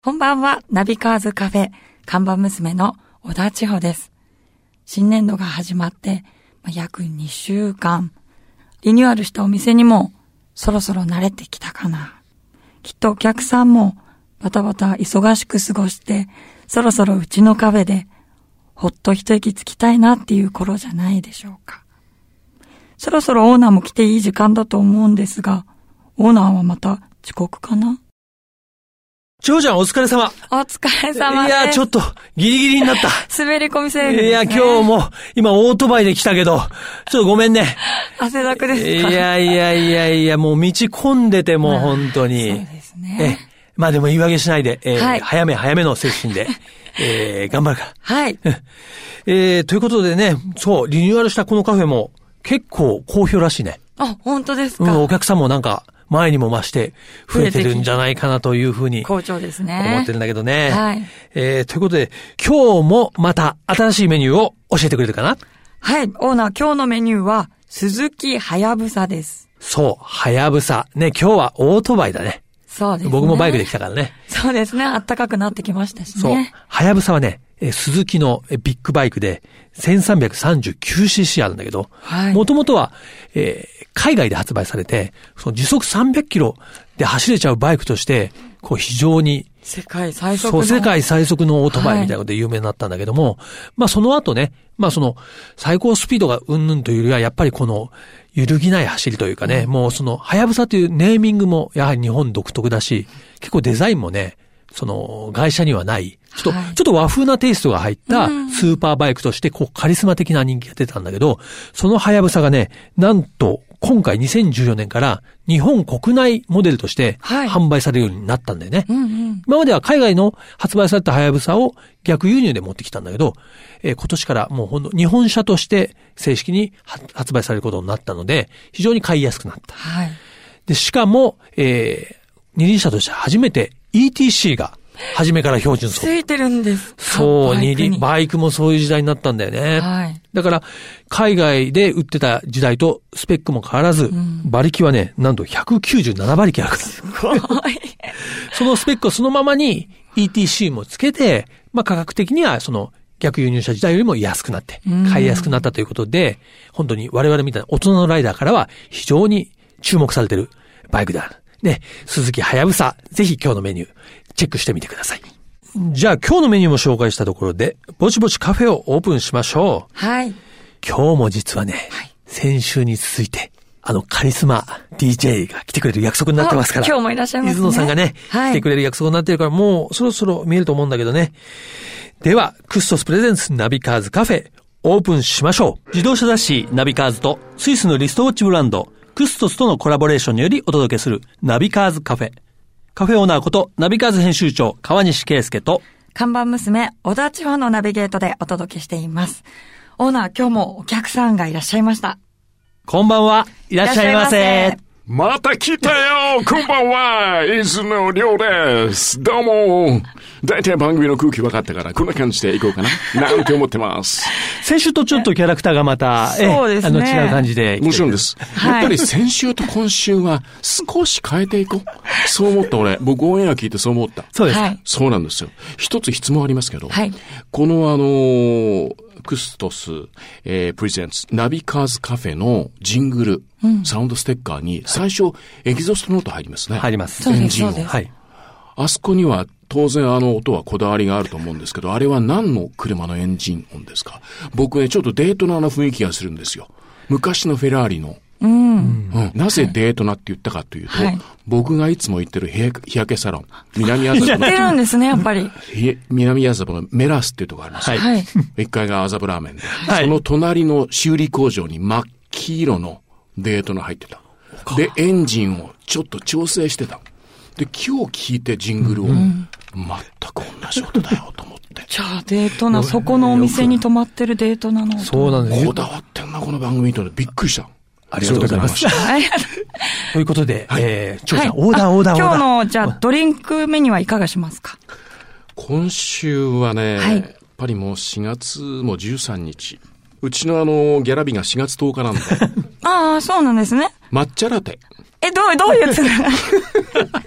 こんばんは、ナビカーズカフェ看板娘の小田千穂です。新年度が始まって約2週間、リニューアルしたお店にもそろそろ慣れてきたかな。きっとお客さんもバタバタ忙しく過ごして、そろそろうちのカフェでほっと一息つきたいなっていう頃じゃないでしょうか。そろそろオーナーも来ていい時間だと思うんですが、オーナーはまた遅刻かな？ 長ちゃんお疲れ様。 お疲れ様です。 いや、ちょっとギリギリになった。 滑り込みセールですね。 いや、今日も今オートバイで来たけど、ちょっとごめんね。 汗だくですか？ いや、もう道混んでてもう本当に。 そうですね。 まあでも言い訳しないで、 はい、 早めの精神で、頑張るから。 はい。 ということでね、そう、リニューアルしたこのカフェも結構好評らしいね。 あ、本当ですか？ お客さんもなんか、前にも増して増えてるんじゃないかなというふうに好調ですね。 思ってるんだけどね。 はい。 ということで、今日もまた新しいメニューを教えてくれるかな？ はい。オーナー、今日のメニューは、鈴木はやぶさです。 そう、はやぶさ。ね、今日はオートバイだね。 そうですね。 僕もバイクで来たからね。 そうですね。暖かくなってきましたしね。 そう。はやぶさはね、鈴木のビッグバイクで 1339cc あるんだけど、もともとは、海外で発売されて、その時速300キロで走れちゃうバイクとして、こう非常に世界最速のオートバイみたいなことで有名になったんだけども、まあその後ね、まあその最高スピードがうんぬんというよりはやっぱりこの揺るぎない走りというかね、もうそのはやぶさというネーミングもやはり日本独特だし、結構デザインもね、その外車にはない、ちょっと和風なテイストが入ったスーパーバイクとしてこうカリスマ的な人気が出たんだけど、そのはやぶさがね、なんと今回2014年から日本国内モデルとして販売されるようになったんだよね。今までは海外の発売されたはやぶさを逆輸入で持ってきたんだけど、今年からもう日本車として正式に発売されることになったので、非常に買いやすくなった。で、しかも、二輪車として初めて ETC が初めから標準装。 ついてるんですか？ そう、バイクもそういう時代になったんだよね。だから、海外で売ってた時代とスペックも変わらず、馬力はね、なんと197馬力あるから。 すごい。 そのスペックをそのままに ETC もつけて、まあ価格的にはその逆輸入車時代よりも安くなって、買いやすくなったということで、本当に我々みたいな大人のライダーからは非常に注目されているバイクである。ね、鈴木はやぶさ、ぜひ今日のメニュー、チェックしてみてください。じゃあ今日のメニューも紹介したところで、ぼちぼちカフェをオープンしましょう。 はい。 今日も実はね、先週に続いて、カリスマ DJ が来てくれる約束になってますから。 今日もいらっしゃいますね。 水野さんがね、来てくれる約束になってるから、もうそろそろ見えると思うんだけどね。では、クストスプレゼンツナビカーズカフェ、オープンしましょう。自動車雑誌ナビカーズとスイスのリストウォッチブランド、クストスとのコラボレーションによりお届けするナビカーズカフェ。カフェオーナーことナビカーズ編集長川西圭介と看板娘小田千穂のナビゲートでお届けしています。オーナー、今日もお客さんがいらっしゃいました。 こんばんは。いらっしゃいませ。 また来たよ。こんばんは。伊豆の亮です。どうも。だいたい番組の空気分かったからこんな感じでいこうかななんて思ってます。 先週とちょっとキャラクターがまたそうですね、 違う感じで。 もちろんです。やっぱり先週と今週は少し変えていこう。そう思った俺。僕オンエア聞いてそう思った。 そうです。 そうなんですよ。一つ質問ありますけど。 はい、 このクストス、プレゼンツナビカーズカフェのジングル、サウンドステッカーに最初エキゾストノート入りますね。 入ります。 エンジン音。 はい。 あそこには当然音はこだわりがあると思うんですけど、あれは何の車のエンジン音ですか？僕ね、ちょっとデートナーな雰囲気がするんですよ。昔のフェラーリの。なぜデートナって言ったかというと、僕がいつも行ってる日焼けサロン、南麻布の。 行ってるんですね、やっぱり。 南麻布のメラスっていうところがありますよ。1階が麻布ラーメンで。その隣の修理工場に真っ黄色のデートナ入ってた。で、エンジンをちょっと調整してた。で、今日聞いてジングルを、全く同じ音だよと思って。 じゃあデートナ、そこのお店に泊まってるデートナの音。 そうなんですよ。 こだわってんな、この番組とびっくりした。 ありがとうございます。ということで、長さん、オーダー。 今日の、じゃあ、ドリンクメニューはいかがしますか？ 今週はね、やっぱりもう4月も13日。うちのギャラ日が4月10日なんで。 ああ、そうなんですね。 抹茶ラテ。 どういうつながり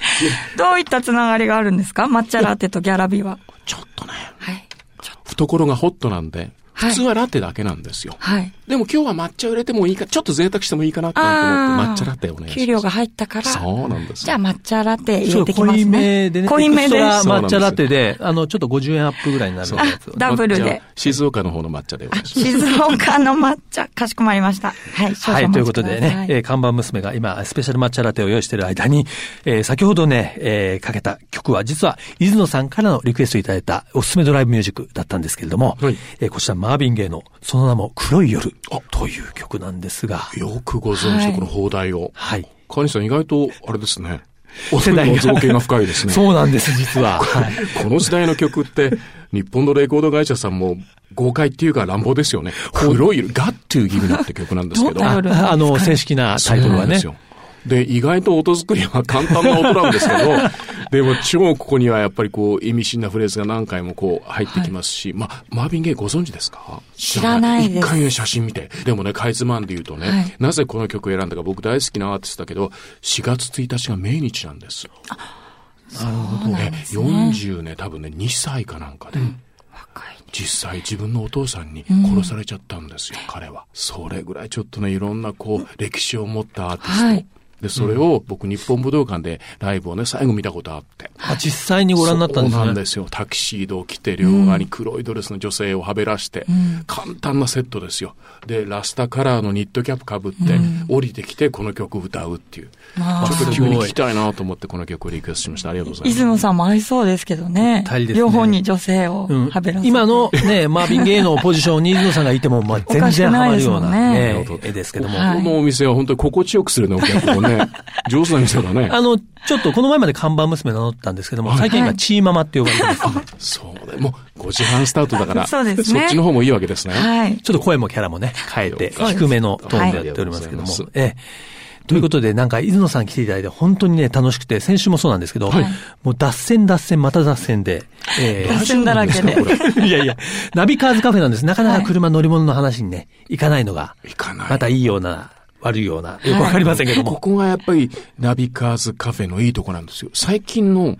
どういったつながりがあるんですか？抹茶ラテとギャラビーは。 ちょっとね、 はい。 懐がホットなんで、普通はラテだけなんですよ。 はい。 でも今日は抹茶入れてもいいか、ちょっと贅沢してもいいかなと思って抹茶ラテをお願いします。 給料が入ったから。 そうなんです。 じゃあ抹茶ラテ入れてきますね。 濃いめでね。 濃いめで。 抹茶ラテで、ちょっと50円アップぐらいになるやつ。 ダブルで。 静岡の方の抹茶でお願いします。 静岡の抹茶、かしこまりました。はい。 はい、ということでね、看板娘が今、スペシャル抹茶ラテを用意している間に、先ほどね、かけた曲は、実は、伊豆野さんからのリクエストいただいたおすすめドライブミュージックだったんですけれども、はい、こちらマービン・ゲイの、その名も黒い夜という曲なんですが。 よくご存知、この放題を。 はい。 川西さん意外と、あれですね。 お世代の造形が深いですね。 そうなんです、実は。 はい、この時代の曲って、日本のレコード会社さんも豪快っていうか乱暴ですよね。黒い夜、Got to Give Me って曲なんですけど。 正式なタイトルはね。 で、意外と音作りは簡単な音なんですけど、でも超ここにはやっぱりこう意味深なフレーズが何回もこう入ってきますし、マービン・ゲイご存知ですか？ 知らないです。 一回ね、写真見て。でもね、かいつまんで言うとね、なぜこの曲を選んだか僕大好きなアーティストだけど、4月1日が命日なんです。 なるほどね。 40ね、多分ね、2歳かなんかで。実際自分のお父さんに殺されちゃったんですよ、彼は。それぐらいちょっとね、いろんなこう、歴史を持ったアーティスト。で、それを僕日本武道館でライブをね、最後見たことあって。 実際にご覧になったんですね。 そうなんですよ。タキシードを着て、両側に黒いドレスの女性をはべらして、簡単なセットですよ。で、ラスタカラーのニットキャップ被って、降りてきてこの曲を歌うっていう。ちょっと急に聴きたいなと思ってこの曲をリクエストしました。ありがとうございます。 出雲さんも合いそうですけどね。両方に女性をはべらせて。 今のね、マービン・ゲイのポジションに出雲さんがいても、まあ全然ハマるようなね、絵ですけども。 このお店は本当に心地よくするね、お客をね。上手な店だね。 ちょっとこの前まで看板娘名乗ったんですけども、最近今チーママって呼ばれてます、ね。 そうだ。もう5時半スタートだから、 そうですね。 そっちの方もいいわけですね。 はい。 ちょっと声もキャラもね、変えて、低めのトーンでやっておりますけども。ということで、なんか、伊豆野さん来ていただいて、本当にね、楽しくて、先週もそうなんですけど、もう脱線、また脱線で、 脱線だらけで。 いやいや、ナビカーズカフェなんです。なかなか車乗り物の話にね、行かないのが、またいいような、悪いような、よくわかりませんけども。 ここがやっぱり、ナビカーズカフェのいいとこなんですよ。最近の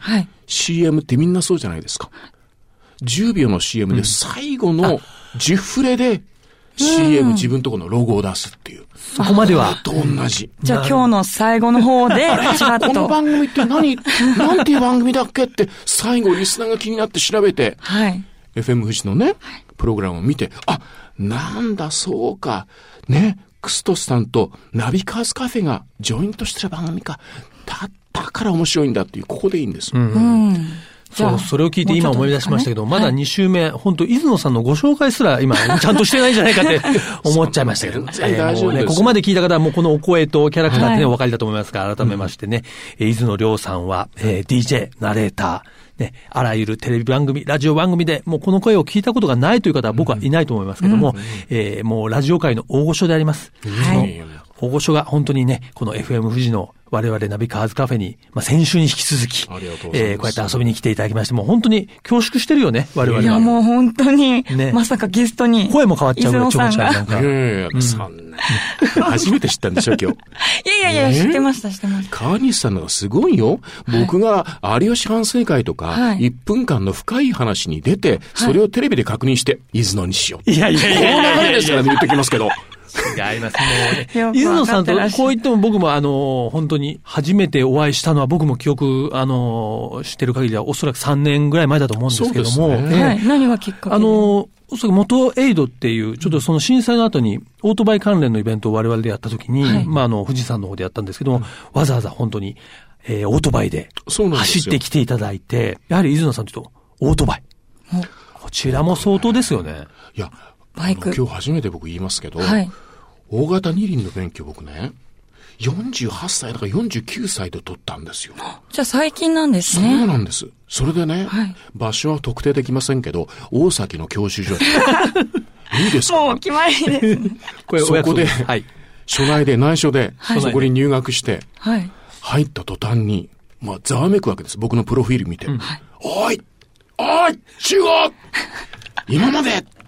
CM ってみんなそうじゃないですか。10秒の CM で最後の10フレで、CM 自分とこのロゴを出すっていう。 そこまでは。 と同じ。 じゃあ今日の最後の方で、 この番組ってなんていう番組だっけって、最後リスナーが気になって調べて、FM 富士のね、プログラムを見て、なんだそうか、ね、クストスさんとナビカーズカフェがジョイントしてる番組か、だから面白いんだっていう、ここでいいんです。 そう、それを聞いて今思い出しましたけど、まだ2週目、本当伊豆野さんのご紹介すら今、ちゃんとしてないんじゃないかって思っちゃいましたけど、ここまで聞いた方はもうこのお声とキャラクターってね、お分かりだと思いますが、改めましてね、伊豆野亮さんは、DJ、ナレーター、ね、あらゆるテレビ番組、ラジオ番組で、もうこの声を聞いたことがないという方は僕はいないと思いますけども、もうラジオ界の大御所であります。大御所が本当にね、この FM 富士の我々ナビカーズカフェに、先週に引き続き、こうやって遊びに来ていただきまして、もう本当に恐縮してるよね、我々は。 いや、もう本当に、まさかゲストに。 声も変わっちゃうぐらいちょこちょこなんか。 そんな。初めて知ったんでしょ、今日。 いや、知ってました、知ってました。 川西さんのがすごいよ。僕が有吉反省会とか、1分間の深い話に出て、それをテレビで確認して、伊豆野にしよう。 いや。 そうなんですからね、言ってきますけど。 違います。もうね、伊豆野さんとこう言っても僕も本当に初めてお会いしたのは僕も記憶してる限りではおそらく3年ぐらい前だと思うんですけども。 何がきっかけで？ おそらく元エイドっていう、ちょっとその震災の後にオートバイ関連のイベントを我々でやった時に、富士山の方でやったんですけども、わざわざ本当に、オートバイで走ってきていただいて、やはり伊豆野さんというとオートバイ。こちらも相当ですよね。 いや、今日初めて僕言いますけど、大型二輪の免許僕ね、48歳だから49歳で取ったんですよ。 じゃあ最近なんですね。 そうなんです。それでね、場所は特定できませんけど、大崎の教習所で。いいですか？ もう決まりですね。 そこで、初内で内緒で、そこに入学して、入った途端に、ざわめくわけです。僕のプロフィール見て。おい中国今まで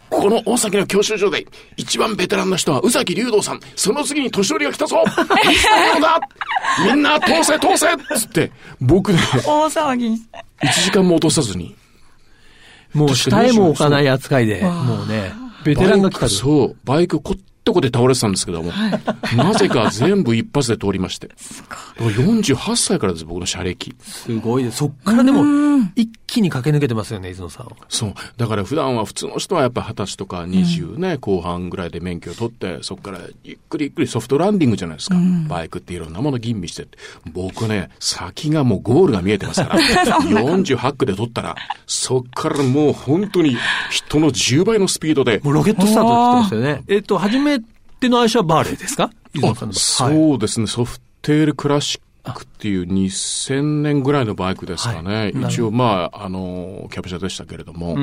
この大崎の教習所で一番ベテランの人は宇崎竜道さん。その次に年寄りが来たぞ。いつだだみんな通せ通せつって、僕ね、 大騒ぎ。 1時間も落とさずに。 もう下へも置かない扱いで、もうね、ベテランが来た。 そう、バイクこってこで倒れてたんですけども、なぜか全部一発で通りまして。48歳からです、僕の車歴。 すごいです。そっからでも、一気に駆け抜けてますよね、伊豆野さんは。 そう。だから普段は普通の人はやっぱ20歳とか20ね、後半ぐらいで免許を取って、そっからゆっくりゆっくりソフトランディングじゃないですか。バイクっていろんなもの吟味してって。僕ね、先がもうゴールが見えてますから、48区で取ったら、そっからもう本当に人の10倍のスピードで。 もうロケットスタートって言ってますよね。初めての愛車はバーレーですか？伊豆野さんの。 そうですね、ソフテールクラシックっていう2000年ぐらいのバイクですかね。一応キャプチャーでしたけれども、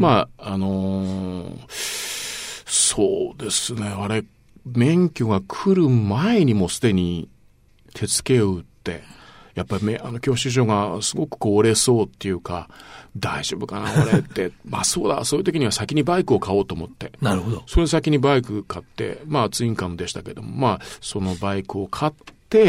そうですね、あれ、免許が来る前にもすでに手付けを打って、やっぱり教習所がすごく折れそうっていうか、大丈夫かな俺って、そうだ、そういう時には先にバイクを買おうと思って。 なるほど。 それ先にバイク買って、ツインカムでしたけども、そのバイクを買って、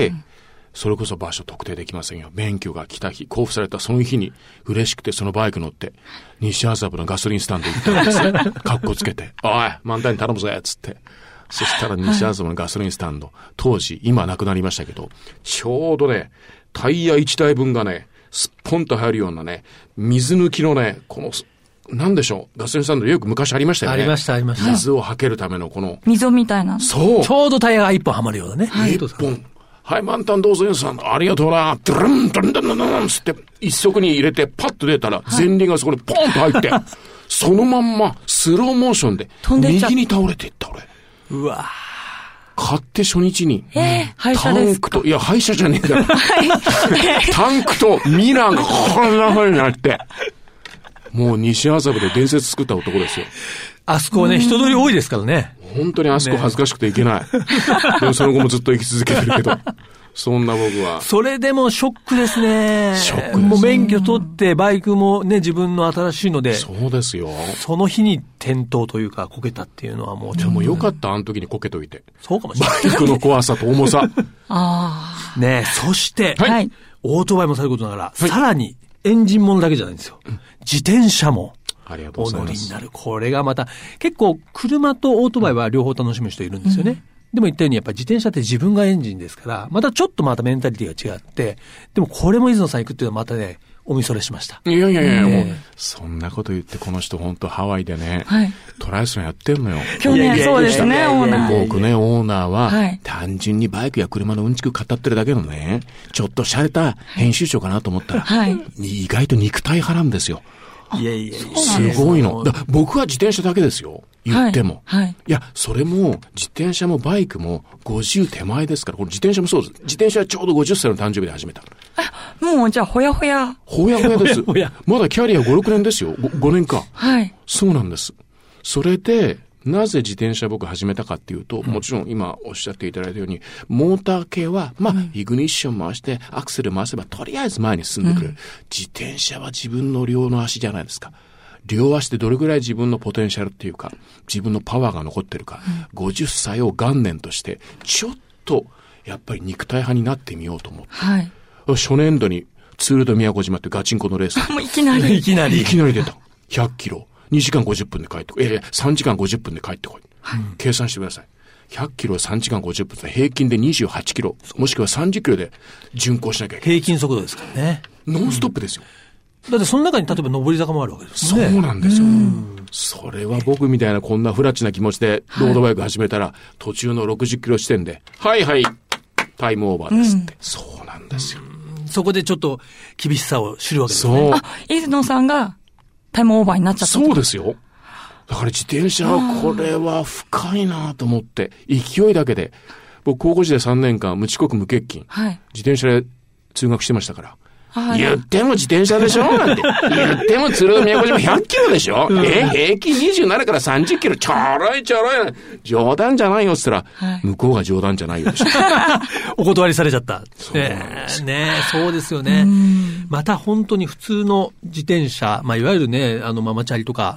それこそ場所特定できませんよ。免許が来た日、交付されたその日に嬉しくてそのバイク乗って、西麻布のガソリンスタンド行ったんですよ。カッコつけて、おい、満タンに頼むぜつって。そしたら西麻布のガソリンスタンド、当時、今なくなりましたけど、ちょうどね、タイヤ1台分がね、すっぽんと入るようなね、水抜きのね、なんでしょう、ガソリンスタンドよく昔ありましたよね。 ありました、ありました。 水をはけるための溝みたいな。 そう。 ちょうどタイヤが1本はまるようなね。 1本。はい、満タンどうぞよさん、ありがとうな、ドゥルン、ドゥルン、ドゥルン、ドゥルン、つって、一足に入れて、パッと出たら、前輪がそこにポンと入って、そのまんま、スローモーションで、右に倒れていった、俺。 うわ買って初日に、 廃車ですか？ タンクと、いや、廃車じゃねえんだよ。タンクとミラーがこんな風になって、もう西麻布で伝説作った男ですよ。 あそこね、人通り多いですからね。 本当にあそこ恥ずかしくて行けない。でもその後もずっと生き続けてるけど。そんな僕は。 それでもショックですね。 ショックです。 もう免許取ってバイクもね、自分の新しいので。 そうですよ。 その日に転倒というかこけたっていうのはもうちょっと。 もう良かった、あの時にこけといて。 そうかもしれない。 バイクの怖さと重さ。 ねえ、そして、 はい。 オートバイもさることながら、さらにエンジンものだけじゃないんですよ。自転車も。 ありがとうございます。 お乗りになる。これがまた、結構車とオートバイは両方楽しむ人いるんですよね。でも言ったようにやっぱり自転車って自分がエンジンですから、またちょっとまたメンタリティが違って、でもこれも伊豆野さん行くっていうのはまたね、おみそれしました。 いや、もう、そんなこと言ってこの人本当ハワイでね、トライアスロンやってんのよ。 去年そうですね、オーナー。 僕ね、オーナーは、単純にバイクや車のうんちく語ってるだけのね、ちょっと洒落た編集長かなと思ったら、意外と肉体派なんですよ。 いやすごいの。僕は自転車だけですよ。言っても。いや、それも、自転車もバイクも50手前ですから、この自転車もそうです。自転車はちょうど50歳の誕生日で始めた。 もうじゃあ、ほやほや。 ほやほやです。まだキャリア5、6年ですよ。5年か。そうなんです。それで、なぜ自転車僕始めたかっていうと、もちろん今おっしゃっていただいたように、モーター系は、イグニッション回して、アクセル回せば、とりあえず前に進んでくれる。自転車は自分の両の足じゃないですか。両足でどれぐらい自分のポテンシャルっていうか、自分のパワーが残ってるか、50歳を元年として、ちょっと、やっぱり肉体派になってみようと思って。初年度に、ツールド宮古島ってガチンコのレース。 もういきなり出た。100キロ。2時間50分で帰ってこい。3時間50分で帰ってこい。計算してください。100キロ3時間50分で平均で28キロ、もしくは30キロで巡航しなきゃいけない。 平均速度ですからね。 ノンストップですよ。 だってその中に例えば上り坂もあるわけですね。 そうなんですよ。それは僕みたいなこんなフラチな気持ちでロードバイク始めたら、途中の60キロ地点で、はいはい、タイムオーバーですって。そうなんですよ。 そこでちょっと厳しさを知るわけですね。 そう。 伊豆野さんが、タイムオーバーになっちゃった。 そうですよ。だから自転車はこれは深いなと思って、勢いだけで、僕高校時代3年間無遅刻無欠勤、自転車で通学してましたから。言っても自転車でしょなんて。言っても鶴宮古島100キロでしょ平均27から30キロ。ちょろい。冗談じゃないよって言ったら、向こうが冗談じゃないよでしょ。 お断りされちゃった。そうですよね。また本当に普通の自転車、いわゆるね、ママチャリとか、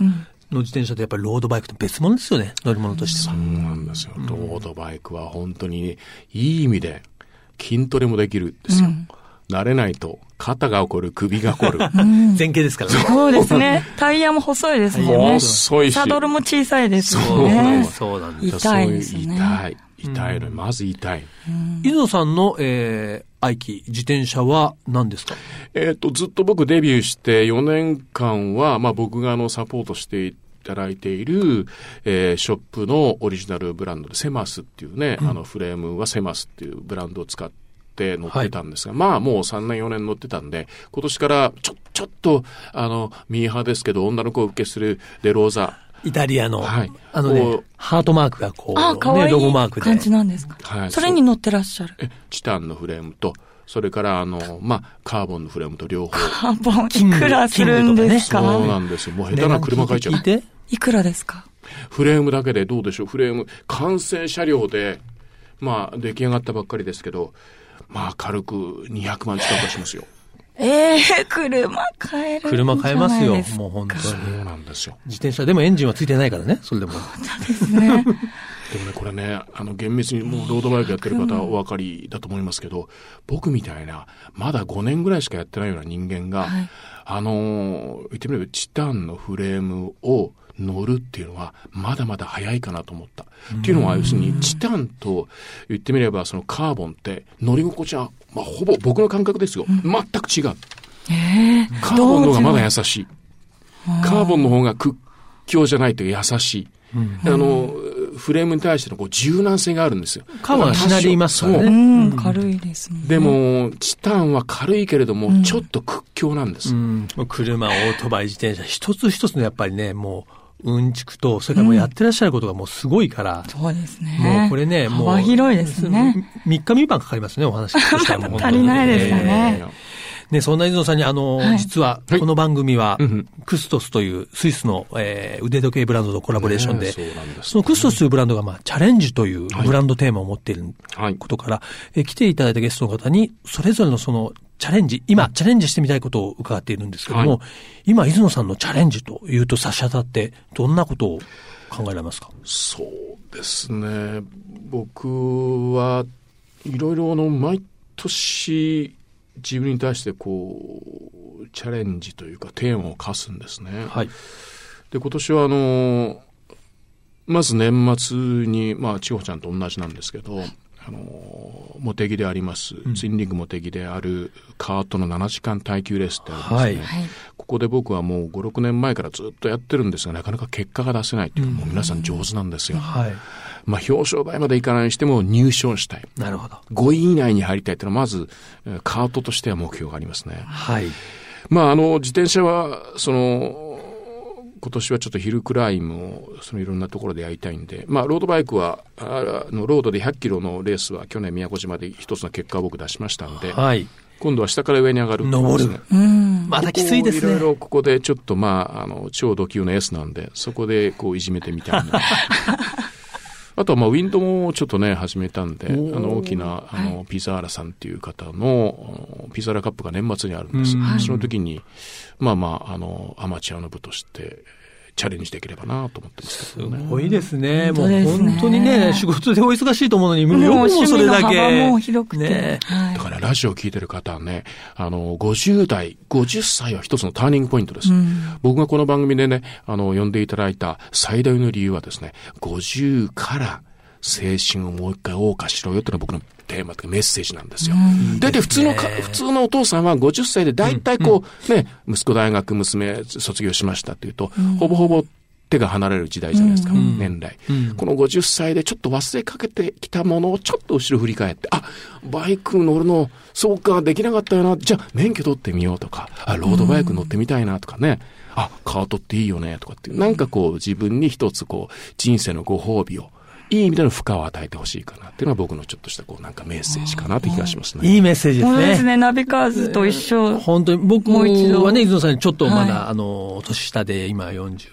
の自転車とやっぱりロードバイクと別物ですよね、乗り物としては。 そうなんですよ。ロードバイクは本当にいい意味で筋トレもできるんですよ。慣れないと肩が怒る、首が怒る。 前傾ですからね。 そうですね。タイヤも細いですもんね。 細いし。 サドルも小さいですよね。 そうなんです。 痛いですね。 痛いの、まず痛い。 伊野さんの、愛機、自転車は何ですか？ ずっと僕デビューして4年間は、僕がサポートしていただいている、ショップのオリジナルブランドでセマスっていうね、フレームはセマスっていうブランドを使って乗ってたんですが、もう3年4年乗ってたんで、今年からちょっと、ミーハーですけど、女の子を受けするデローザ。 イタリアの、ハートマークがこう、 かわいいロゴマークで。 感じなんですか。それに乗ってらっしゃる。 チタンのフレームと、それからカーボンのフレームと両方。 カーボンいくらするんですか？ そうなんですよ。もう下手な車買いちゃう。 いくらですか？ フレームだけでどうでしょう。フレーム、完成車両で、出来上がったばっかりですけど、軽く200万近くはしますよ。 車買える。 車買えますよ、もう本当に。 そうなんですよ。 自転車でもエンジンはついてないからね、それでも。 そうですね。 でもね、これね、厳密にもうロードバイクやってる方はお分かりだと思いますけど、僕みたいな、まだ5年ぐらいしかやってないような人間が、言ってみればチタンのフレームを乗るっていうのはまだまだ早いかなと思った。っていうのは要するにチタンと言ってみればそのカーボンって乗り心地は、ほぼ僕の感覚ですよ。全く違う。カーボンの方がまだ優しい。カーボンの方が屈強じゃないと優しい。フレームに対しての柔軟性があるんですよ。 カーボンはしなりますからね。 軽いですもんね。 でも、チタンは軽いけれども、ちょっと屈強なんです。 車、オートバイ、自転車、一つ一つのやっぱりね、もう、うんちくと、それからもうやってらっしゃることがもうすごいから。 そうですね。 もうこれね、もう。 幅広いですね。 3日3晩かかりますね、お話としてはもう。 足りないですよね。 ね、そんな伊野さんに実は、この番組は、クストスというスイスの、腕時計ブランドとコラボレーションで、そのクストスというブランドが、チャレンジというブランドテーマを持っていることから、来ていただいたゲストの方に、それぞれのそのチャレンジ、今、チャレンジしてみたいことを伺っているんですけども、今、伊野さんのチャレンジというと差し当たって、どんなことを考えられますか？ そうですね。僕はいろいろ毎年、自分に対してチャレンジというかテーマを課すんですね。で、今年はまず年末に、千穂ちゃんと同じなんですけど、モテギであります、ツインリングモテギであるカートの7時間耐久レースってあるんですね。ここで僕はもう5、6年前からずっとやってるんですが、なかなか結果が出せないというか、もう皆さん上手なんですよ。表彰台までいかないにしても入賞したい。 なるほど。 5位以内に入りたいというのはまずカートとしては目標がありますね。自転車は今年はちょっとヒルクライムをいろんなところでやりたいんで、ロードバイクはロードで100キロのレースは去年宮古島で一つの結果を僕出しましたんで、今度は下から上に上がるってことですね。 まだきついですね。 いろいろここでちょっと超ド級の S なんで、そこでいじめてみたいな。あとはウィンドもちょっとね始めたんで、大きなピザーラさんっていう方のピザーラカップが年末にあるんです。その時にアマチュアの部としてチャレンジできればなと思ってますけどね。 すごいですね。もう本当にね、仕事でお忙しいと思うのに、もうそれだけ。 もう広くて。 ね、 だからラジオを聞いてる方はね、50代、50歳は一つのターニングポイントです。僕がこの番組でね、呼んでいただいた最大の理由はですね、50から青春をもう一回謳歌しろよっていうのは僕のテーマというかメッセージなんですよ。だいたい普通のお父さんは50歳でだいたい息子大学、娘卒業しましたっていうと、ほぼほぼ手が離れる時代じゃないですか、年代。この50歳でちょっと忘れかけてきたものをちょっと後ろ振り返って、バイク乗るの、そうか、できなかったよな、じゃあ免許取ってみようとか、ロードバイク乗ってみたいなとかね、カートっていいよねとかっていう、なんか自分に一つ人生のご褒美を、いい意味での負荷を与えてほしいかなっていうのは僕のちょっとしたなんかメッセージかなって気がしますね。 いいメッセージですね。 そうですね。ナビカーズと一緒。 本当に僕はね、伊豆さんにちょっとまだ、年下で今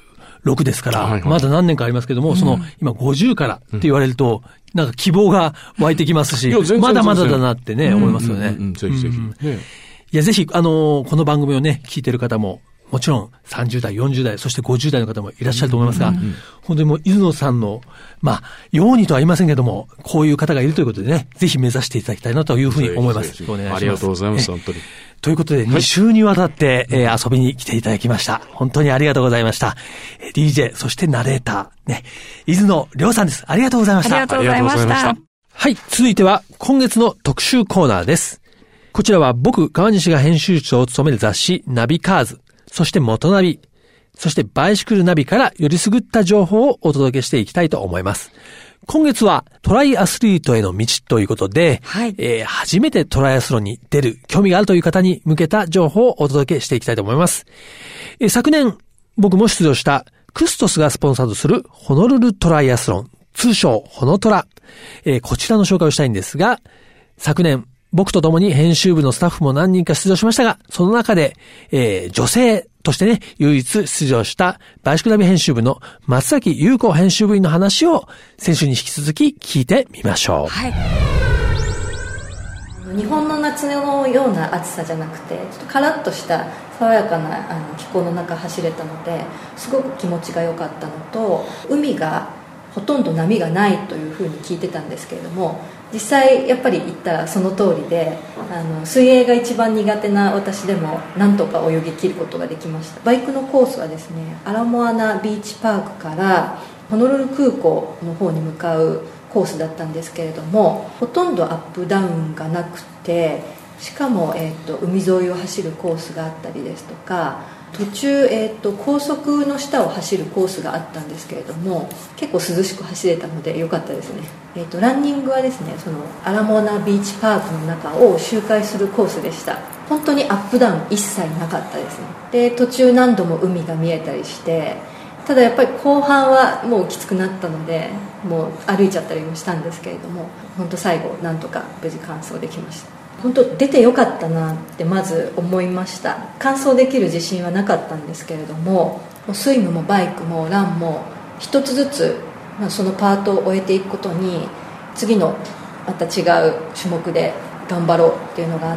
46ですから、まだ何年かありますけども、今50からって言われると、なんか希望が湧いてきますし、まだまだだなってね、思いますよね。 ぜひぜひ。 いや、ぜひ、この番組をね、聞いてる方も、 もちろん30代、40代、そして50代の方もいらっしゃると思いますが、本当にもう伊豆野さんの、ようにとは言いませんけども、こういう方がいるということでね、ぜひ目指していただきたいなというふうに思います。お願いします。 ありがとうございます、本当に。 ということで、2週にわたって、遊びに来ていただきました。本当にありがとうございました。DJ、そしてナレーター、ね、伊豆野亮さんです。ありがとうございました。 ありがとうございました。 はい、続いては今月の特集コーナーです。こちらは僕、川西が編集長を務める雑誌、ナビカーズ、そして元ナビ、そしてバイシクルナビからよりすぐった情報をお届けしていきたいと思います。今月はトライアスリートへの道ということで、初めてトライアスロンに出る興味があるという方に向けた情報をお届けしていきたいと思います。昨年僕も出場したクストスがスポンサードするホノルルトライアスロン、通称ホノトラ、こちらの紹介をしたいんですが、昨年僕と共に編集部のスタッフも何人か出場しましたが、その中で、女性としてね、唯一出場したバイシクルナビ編集部の松崎優子編集部員の話を先週に引き続き聞いてみましょう。 はい。日本の夏のような暑さじゃなくて、ちょっとカラッとした爽やかな気候の中走れたので、すごく気持ちが良かったのと、海がほとんど波がないというふうに聞いてたんですけれども、実際やっぱり行ったらその通りで、水泳が一番苦手な私でもなんとか泳ぎ切ることができました。バイクのコースはですね、アラモアナビーチパークからホノルル空港の方に向かうコースだったんですけれども、ほとんどアップダウンがなくて、しかも、海沿いを走るコースがあったりですとか、途中、高速の下を走るコースがあったんですけれども、結構涼しく走れたので良かったですね。ランニングはですね、そのアラモアナビーチパークの中を周回するコースでした。本当にアップダウン一切なかったですね。で、途中何度も海が見えたりして、ただやっぱり後半はもうきつくなったので、もう歩いちゃったりもしたんですけれども、本当最後なんとか無事完走できました。本当出てよかったなってまず思いました。完走できる自信はなかったんですけれども、スイムもバイクもランも一つずつ、そのパートを終えていくことに、次のまた違う種目で頑張ろうっていうのがあって、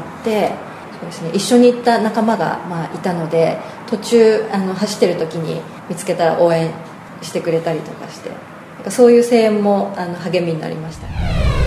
そうですね、一緒に行った仲間がいたので、途中走ってる時に見つけたら応援してくれたりとかして、そういう声援も励みになりました。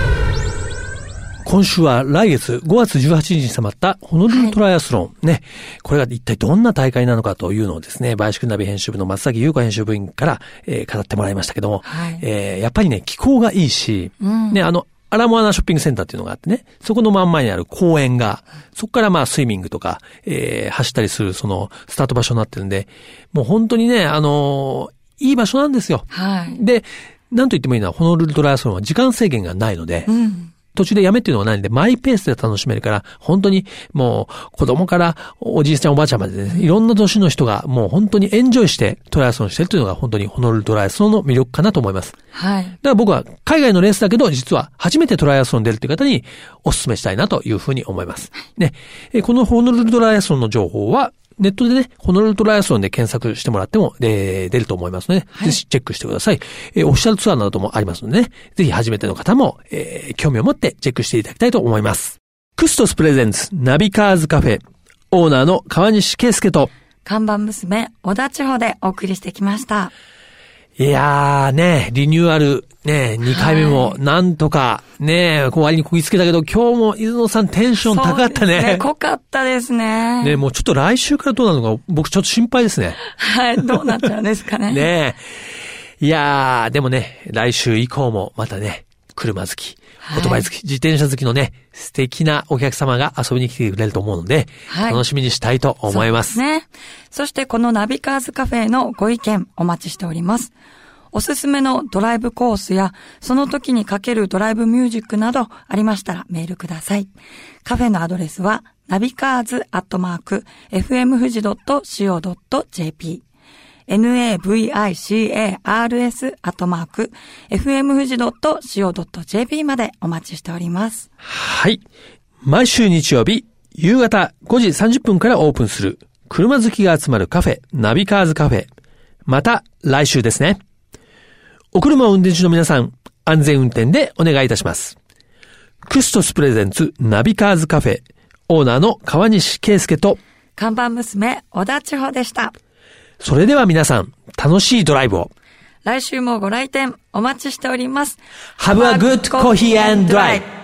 今週は来月5月18日に迫ったホノルルトライアスロン、ね。これが一体どんな大会なのかというのをですね、バイシクルナビ編集部の松崎優子編集部員から、語ってもらいましたけども、やっぱりね、気候がいいし、ね、アラモアナショッピングセンターっていうのがあってね、そこの真ん前にある公園が、そこからスイミングとか、走ったりするそのスタート場所になってるんで、もう本当にね、いい場所なんですよ。で、なんと言ってもいいのは、ホノルルトライアスロンは時間制限がないので、途中でやめっていうのはないんで、マイペースで楽しめるから、本当にもう子供からおじいちゃんおばあちゃんまでね、いろんな年の人がもう本当にエンジョイしてトライアスロンしてるというのが本当にホノルルトライアスロンの魅力かなと思います。だから僕は海外のレースだけど、実は初めてトライアスロン出るという方にお勧めしたいなというふうに思います。ね。このホノルルトライアスロンの情報は、ネットでね、ホノルルトライアスロンで検索してもらっても、出ると思いますので、ぜひチェックしてください。オフィシャルツアーなどもありますのでね、ぜひ初めての方も、興味を持ってチェックしていただきたいと思います。クストスプレゼンツナビカーズカフェ、オーナーの川西圭介と、 看板娘、小田千穂でお送りしてきました。 いやーね、リニューアルね、2回目もなんとかね、終わりにこぎつけたけど、今日も伊豆野さんテンション高かったね。 そうですね、濃かったですね。 ね、もうちょっと来週からどうなるのか、僕ちょっと心配ですね。 はい、どうなっちゃうんですかね。 ねいやー、でもね、来週以降もまたね、車好き、オートバイ好き、自転車好きのね、素敵なお客様が遊びに来てくれると思うので、楽しみにしたいと思います。 そうですね。そしてこのナビカーズカフェのご意見お待ちしております。おすすめのドライブコースや、その時にかけるドライブミュージックなどありましたらメールください。カフェのアドレスは、nabicars@fmfuji.co.jp navicars@fmfuji.co.jp までお待ちしております。 はい。毎週日曜日、夕方5時30分からオープンする、車好きが集まるカフェ、ナビカーズカフェ。また来週ですね。お車を運転中の皆さん、安全運転でお願いいたします。クストスプレゼンツナビカーズカフェ、オーナーの川西圭介と、 看板娘、小田千穂でした。 それでは皆さん、楽しいドライブを。 来週もご来店お待ちしております。 Have a good coffee and drive!